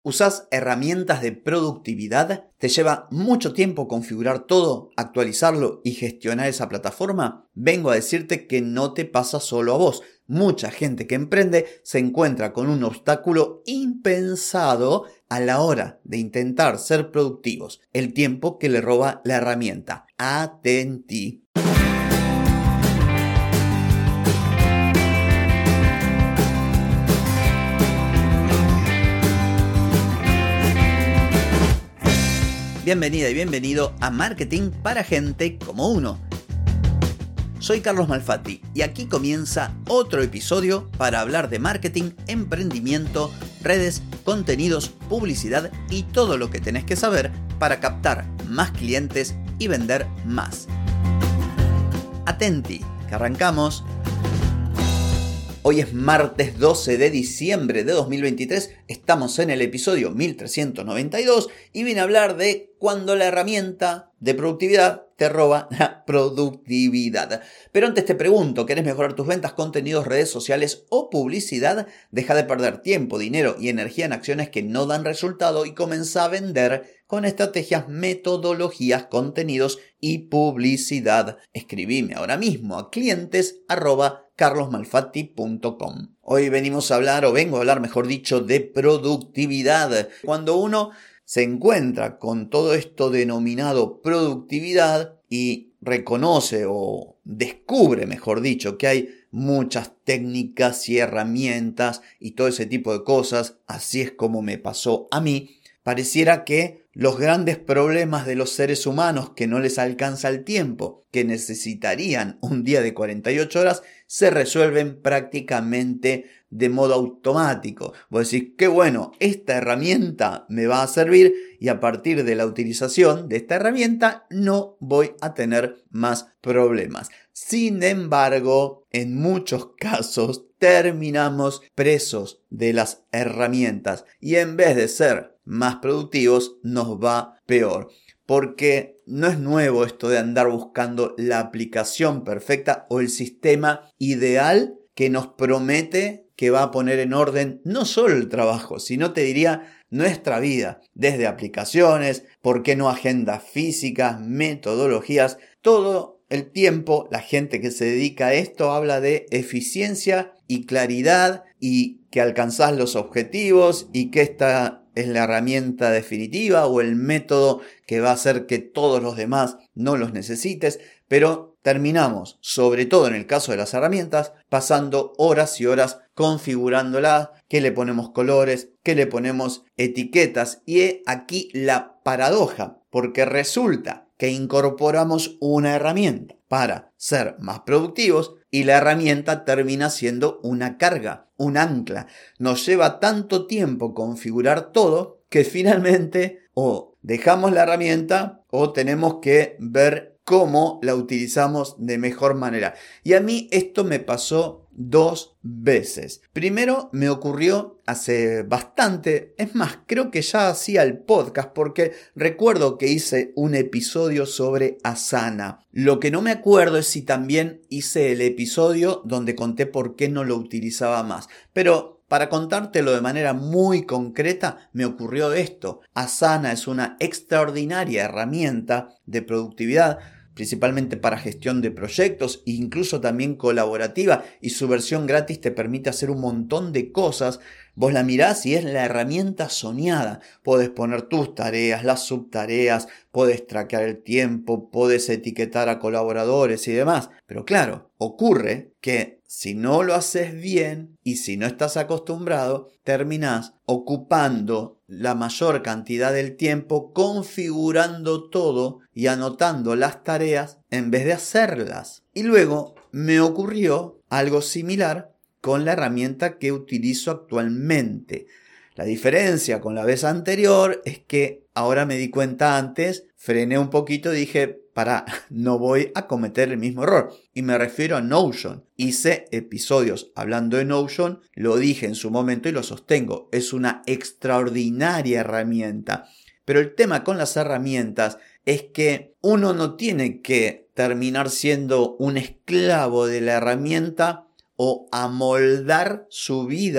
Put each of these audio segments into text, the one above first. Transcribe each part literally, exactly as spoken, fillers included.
¿Usás herramientas de productividad? ¿Te lleva mucho tiempo configurar todo, actualizarlo y gestionar esa plataforma? Vengo a decirte que no te pasa solo a vos. Mucha gente que emprende se encuentra con un obstáculo impensado a la hora de intentar ser productivos. El tiempo que le roba la herramienta. Atenti. Bienvenida y bienvenido a Marketing para Gente como Uno. Soy Carlos Malfatti y aquí comienza otro episodio para hablar de marketing, emprendimiento, redes, contenidos, publicidad y todo lo que tenés que saber para captar más clientes y vender más. Atenti, que arrancamos. Hoy es martes doce de diciembre de dos mil veintitrés, estamos en el episodio mil trescientos noventa y dos y vine a hablar de cuando la herramienta de productividad te roba la productividad. Pero antes te pregunto, ¿querés mejorar tus ventas, contenidos, redes sociales o publicidad? Deja de perder tiempo, dinero y energía en acciones que no dan resultado y comienza a vender con estrategias, metodologías, contenidos y publicidad. Escribime ahora mismo a clientes arroba carlosmalfatti punto com. Hoy venimos a hablar, o vengo a hablar mejor dicho, de productividad. Cuando uno se encuentra con todo esto denominado productividad y reconoce o descubre, mejor dicho, que hay muchas técnicas y herramientas y todo ese tipo de cosas, así es como me pasó a mí, pareciera que los grandes problemas de los seres humanos que no les alcanza el tiempo, que necesitarían un día de cuarenta y ocho horas, se resuelven prácticamente de modo automático. Vos decís, qué bueno, esta herramienta me va a servir y a partir de la utilización de esta herramienta no voy a tener más problemas. Sin embargo, en muchos casos terminamos presos de las herramientas y en vez de ser más productivos nos va peor. Porque no es nuevo esto de andar buscando la aplicación perfecta o el sistema ideal que nos promete que va a poner en orden no solo el trabajo, sino te diría nuestra vida, desde aplicaciones, por qué no agendas físicas, metodologías, todo el tiempo la gente que se dedica a esto habla de eficiencia y claridad y que alcanzás los objetivos y que esta es la herramienta definitiva o el método que va a hacer que todos los demás no los necesites, pero terminamos, sobre todo en el caso de las herramientas, pasando horas y horas configurándolas, que le ponemos colores, que le ponemos etiquetas y he aquí la paradoja, porque resulta que incorporamos una herramienta para ser más productivos y la herramienta termina siendo una carga, un ancla. Nos lleva tanto tiempo configurar todo que finalmente o dejamos la herramienta o tenemos que ver cómo la utilizamos de mejor manera. Y a mí esto me pasó dos veces. Primero me ocurrió hace bastante, es más, creo que ya hacía el podcast porque recuerdo que hice un episodio sobre Asana. Lo que no me acuerdo es si también hice el episodio donde conté por qué no lo utilizaba más. Pero para contártelo de manera muy concreta, me ocurrió esto. Asana es una extraordinaria herramienta de productividad, principalmente para gestión de proyectos e incluso también colaborativa, y su versión gratis te permite hacer un montón de cosas. Vos la mirás y es la herramienta soñada. Podés poner tus tareas, las subtareas, podés traquear el tiempo, podés etiquetar a colaboradores y demás. Pero claro, ocurre que si no lo haces bien y si no estás acostumbrado, terminás ocupando la mayor cantidad del tiempo configurando todo y anotando las tareas en vez de hacerlas. Y luego me ocurrió algo similar con la herramienta que utilizo actualmente. La diferencia con la vez anterior es que ahora me di cuenta antes, frené un poquito y dije, pará, no voy a cometer el mismo error. Y me refiero a Notion. Hice episodios hablando de Notion, lo dije en su momento y lo sostengo. Es una extraordinaria herramienta. Pero el tema con las herramientas es que uno no tiene que terminar siendo un esclavo de la herramienta o amoldar su vida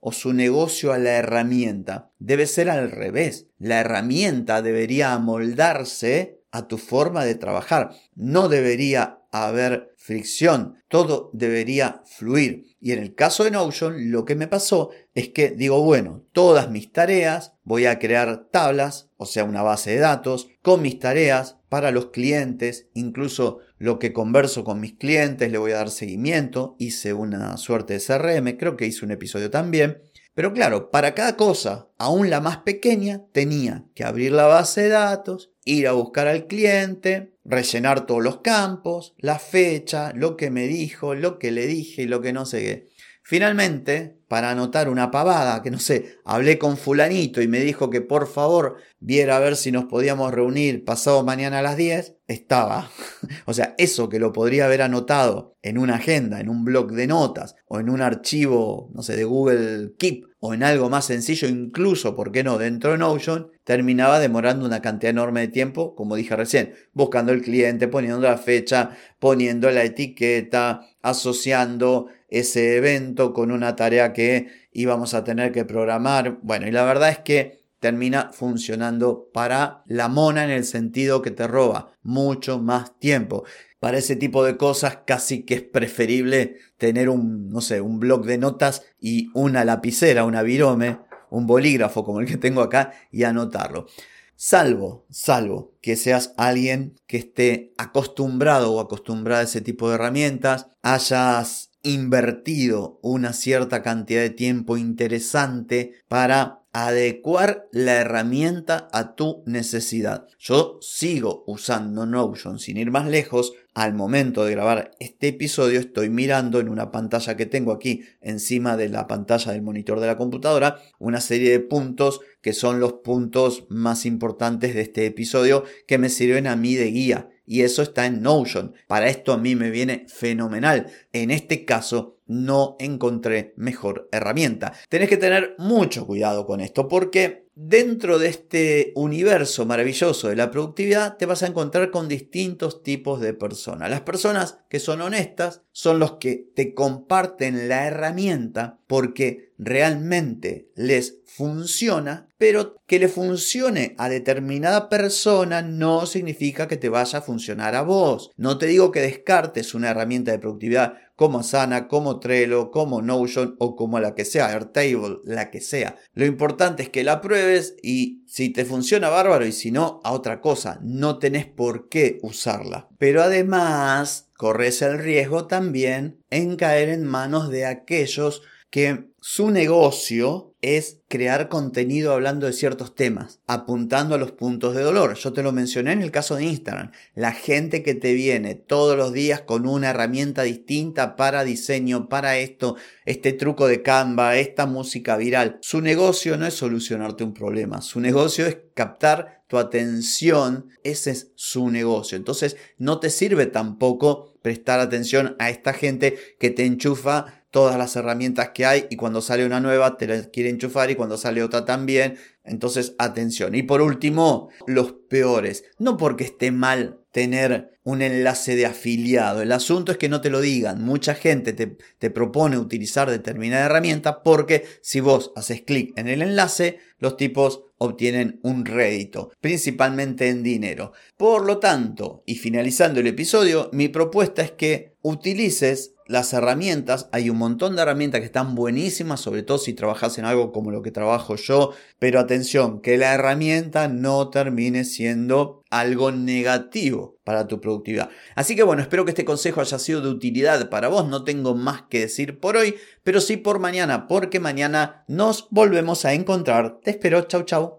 o su negocio a la herramienta. Debe ser al revés. La herramienta debería amoldarse a tu forma de trabajar. No debería haber fricción. Todo debería fluir. Y en el caso de Notion, lo que me pasó es que digo, bueno, todas mis tareas, voy a crear tablas, o sea, una base de datos, con mis tareas para los clientes, incluso lo que converso con mis clientes, le voy a dar seguimiento. Hice una suerte de C R M, creo que hice un episodio también. Pero claro, para cada cosa, aún la más pequeña, tenía que abrir la base de datos, ir a buscar al cliente, rellenar todos los campos, la fecha, lo que me dijo, lo que le dije y lo que no sé qué. Finalmente, para anotar una pavada, que no sé, hablé con fulanito y me dijo que por favor viera a ver si nos podíamos reunir pasado mañana a las diez, estaba. O sea, eso que lo podría haber anotado en una agenda, en un bloc de notas o en un archivo, no sé, de Google Keep o en algo más sencillo, incluso, ¿por qué no?, dentro de Notion, terminaba demorando una cantidad enorme de tiempo, como dije recién, buscando el cliente, poniendo la fecha, poniendo la etiqueta, asociando ese evento con una tarea que íbamos a tener que programar. Bueno, y la verdad es que termina funcionando para la mona en el sentido que te roba mucho más tiempo. Para ese tipo de cosas casi que es preferible tener un, no sé, un bloc de notas y una lapicera, una virome, un bolígrafo como el que tengo acá y anotarlo. Salvo, salvo que seas alguien que esté acostumbrado o acostumbrada a ese tipo de herramientas, hayas invertido una cierta cantidad de tiempo interesante para adecuar la herramienta a tu necesidad. Yo sigo usando Notion sin ir más lejos. Al momento de grabar este episodio estoy mirando en una pantalla que tengo aquí encima de la pantalla del monitor de la computadora una serie de puntos que son los puntos más importantes de este episodio que me sirven a mí de guía. Y eso está en Notion. Para esto a mí me viene fenomenal. En este caso no encontré mejor herramienta. Tenés que tener mucho cuidado con esto porque dentro de este universo maravilloso de la productividad te vas a encontrar con distintos tipos de personas. Las personas que son honestas son los que te comparten la herramienta porque realmente les funciona, pero que le funcione a determinada persona no significa que te vaya a funcionar a vos. No te digo que descartes una herramienta de productividad como Asana, como Trello, como Notion o como la que sea, Airtable, la que sea. Lo importante es que la pruebes y si te funciona bárbaro y si no, a otra cosa. No tenés por qué usarla. Pero además, corres el riesgo también en caer en manos de aquellos que su negocio es crear contenido hablando de ciertos temas, apuntando a los puntos de dolor. Yo te lo mencioné en el caso de Instagram. La gente que te viene todos los días con una herramienta distinta para diseño, para esto, este truco de Canva, esta música viral. Su negocio no es solucionarte un problema. Su negocio es captar tu atención. Ese es su negocio. Entonces no te sirve tampoco prestar atención a esta gente que te enchufa todas las herramientas que hay y cuando sale una nueva te la quiere enchufar y cuando sale otra también. Entonces, atención. Y por último, los peores. No porque esté mal tener un enlace de afiliado. El asunto es que no te lo digan. Mucha gente te, te propone utilizar determinada herramienta porque si vos haces clic en el enlace, los tipos obtienen un rédito, principalmente en dinero. Por lo tanto, y finalizando el episodio, mi propuesta es que utilices las herramientas. Hay un montón de herramientas que están buenísimas, sobre todo si trabajas en algo como lo que trabajo yo, pero atención, que la herramienta no termine siendo algo negativo para tu productividad. Así que bueno, espero que este consejo haya sido de utilidad para vos. No tengo más que decir por hoy, pero sí por mañana, porque mañana nos volvemos a encontrar. Te espero, chau chau.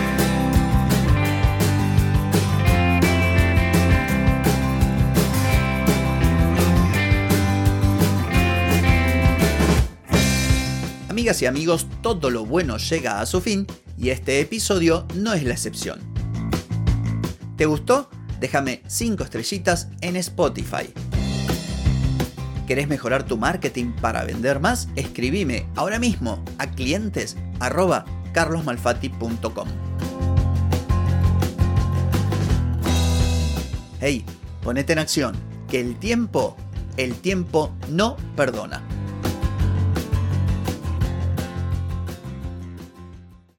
Amigas y amigos, todo lo bueno llega a su fin y este episodio no es la excepción. ¿Te gustó? Déjame cinco estrellitas en Spotify. ¿Querés mejorar tu marketing para vender más? Escribime ahora mismo a clientes arroba carlosmalfatti punto com. Hey, ponete en acción, que el tiempo, el tiempo no perdona.